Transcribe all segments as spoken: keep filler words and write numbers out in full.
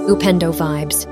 Upendo Vibes.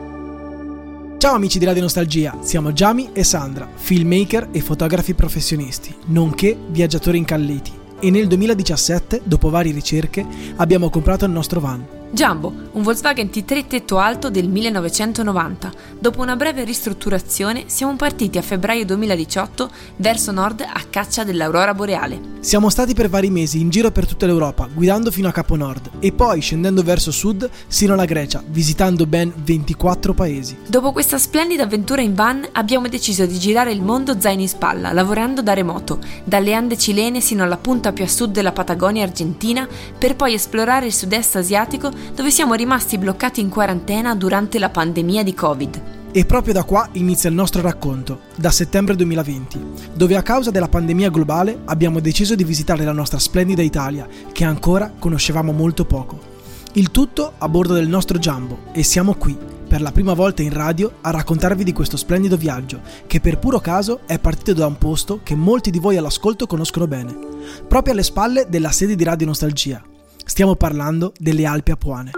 Ciao amici di Radio Nostalgia, siamo Giami e Sandra, filmmaker e fotografi professionisti, nonché viaggiatori incalliti. E nel duemiladiciassette, dopo varie ricerche, abbiamo comprato il nostro van. Jumbo, un Volkswagen T tre tetto alto del millenovecentonovanta. Dopo una breve ristrutturazione siamo partiti a febbraio duemiladiciotto verso nord a caccia dell'aurora boreale. Siamo stati per vari mesi in giro per tutta l'Europa, guidando fino a Capo Nord e poi scendendo verso sud sino alla Grecia, visitando ben ventiquattro paesi. Dopo questa splendida avventura in van abbiamo deciso di girare il mondo zaino in spalla, lavorando da remoto, dalle Ande cilene sino alla punta più a sud della Patagonia argentina, per poi esplorare il sud-est asiatico, dove siamo rimasti bloccati in quarantena durante la pandemia di Covid. E proprio da qua inizia il nostro racconto, da settembre duemilaventi, dove a causa della pandemia globale abbiamo deciso di visitare la nostra splendida Italia, che ancora conoscevamo molto poco. Il tutto a bordo del nostro Jumbo, e siamo qui, per la prima volta in radio, a raccontarvi di questo splendido viaggio, che per puro caso è partito da un posto che molti di voi all'ascolto conoscono bene, proprio alle spalle della sede di Radio Nostalgia. Stiamo parlando delle Alpi Apuane.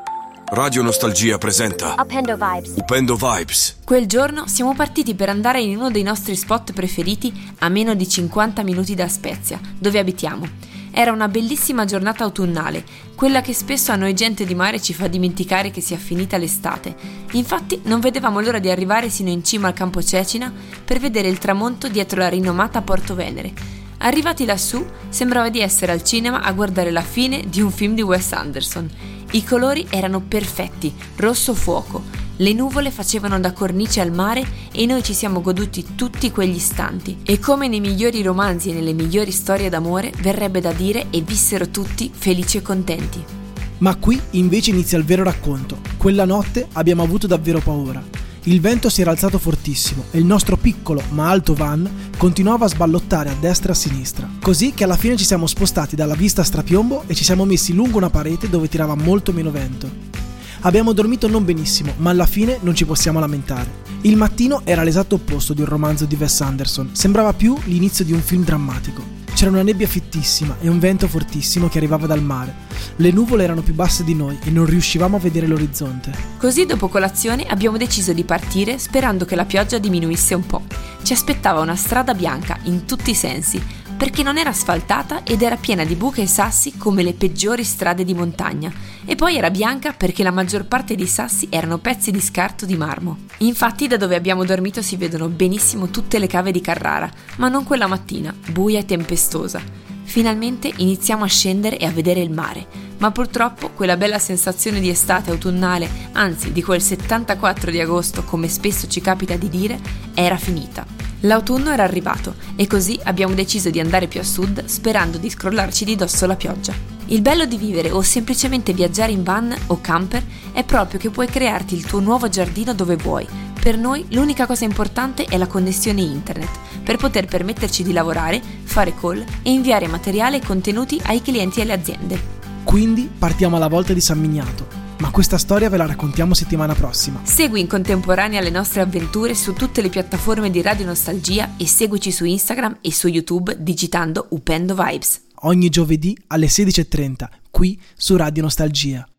Radio Nostalgia presenta Upendo Vibes. Upendo Vibes. Quel giorno siamo partiti per andare in uno dei nostri spot preferiti a meno di cinquanta minuti da Spezia, dove abitiamo. Era una bellissima giornata autunnale, quella che spesso a noi gente di mare ci fa dimenticare che sia finita l'estate. Infatti non vedevamo l'ora di arrivare sino in cima al Campo Cecina per vedere il tramonto dietro la rinomata Porto Venere. Arrivati lassù, sembrava di essere al cinema a guardare la fine di un film di Wes Anderson. I colori erano perfetti, rosso fuoco. Le nuvole facevano da cornice al mare e noi ci siamo goduti tutti quegli istanti. E come nei migliori romanzi e nelle migliori storie d'amore, verrebbe da dire, e vissero tutti felici e contenti. Ma qui invece inizia il vero racconto. Quella notte abbiamo avuto davvero paura. Il vento si era alzato fortissimo e il nostro piccolo ma alto van continuava a sballottare a destra e a sinistra, così che alla fine ci siamo spostati dalla vista a strapiombo e ci siamo messi lungo una parete dove tirava molto meno vento. Abbiamo dormito non benissimo, ma alla fine non ci possiamo lamentare. Il mattino era l'esatto opposto di un romanzo di Wes Anderson, sembrava più l'inizio di un film drammatico. C'era una nebbia fittissima e un vento fortissimo che arrivava dal mare. Le nuvole erano più basse di noi e non riuscivamo a vedere l'orizzonte. Così dopo colazione abbiamo deciso di partire sperando che la pioggia diminuisse un po'. Ci aspettava una strada bianca in tutti i sensi, perché non era asfaltata ed era piena di buche e sassi come le peggiori strade di montagna. E poi era bianca perché la maggior parte dei sassi erano pezzi di scarto di marmo. Infatti da dove abbiamo dormito si vedono benissimo tutte le cave di Carrara, ma non quella mattina, buia e tempestosa. Finalmente iniziamo a scendere e a vedere il mare, ma purtroppo quella bella sensazione di estate autunnale, anzi di quel settantaquattro di agosto, come spesso ci capita di dire, era finita. L'autunno era arrivato e così abbiamo deciso di andare più a sud sperando di scrollarci di dosso la pioggia. Il bello di vivere o semplicemente viaggiare in van o camper è proprio che puoi crearti il tuo nuovo giardino dove vuoi. Per noi l'unica cosa importante è la connessione internet, per poter permetterci di lavorare, fare call e inviare materiale e contenuti ai clienti e alle aziende. Quindi partiamo alla volta di San Miniato. Ma questa storia ve la raccontiamo settimana prossima. Segui in contemporanea le nostre avventure su tutte le piattaforme di Radio Nostalgia e seguici su Instagram e su YouTube digitando Upendo Vibes. Ogni giovedì alle sedici e trenta, qui su Radio Nostalgia.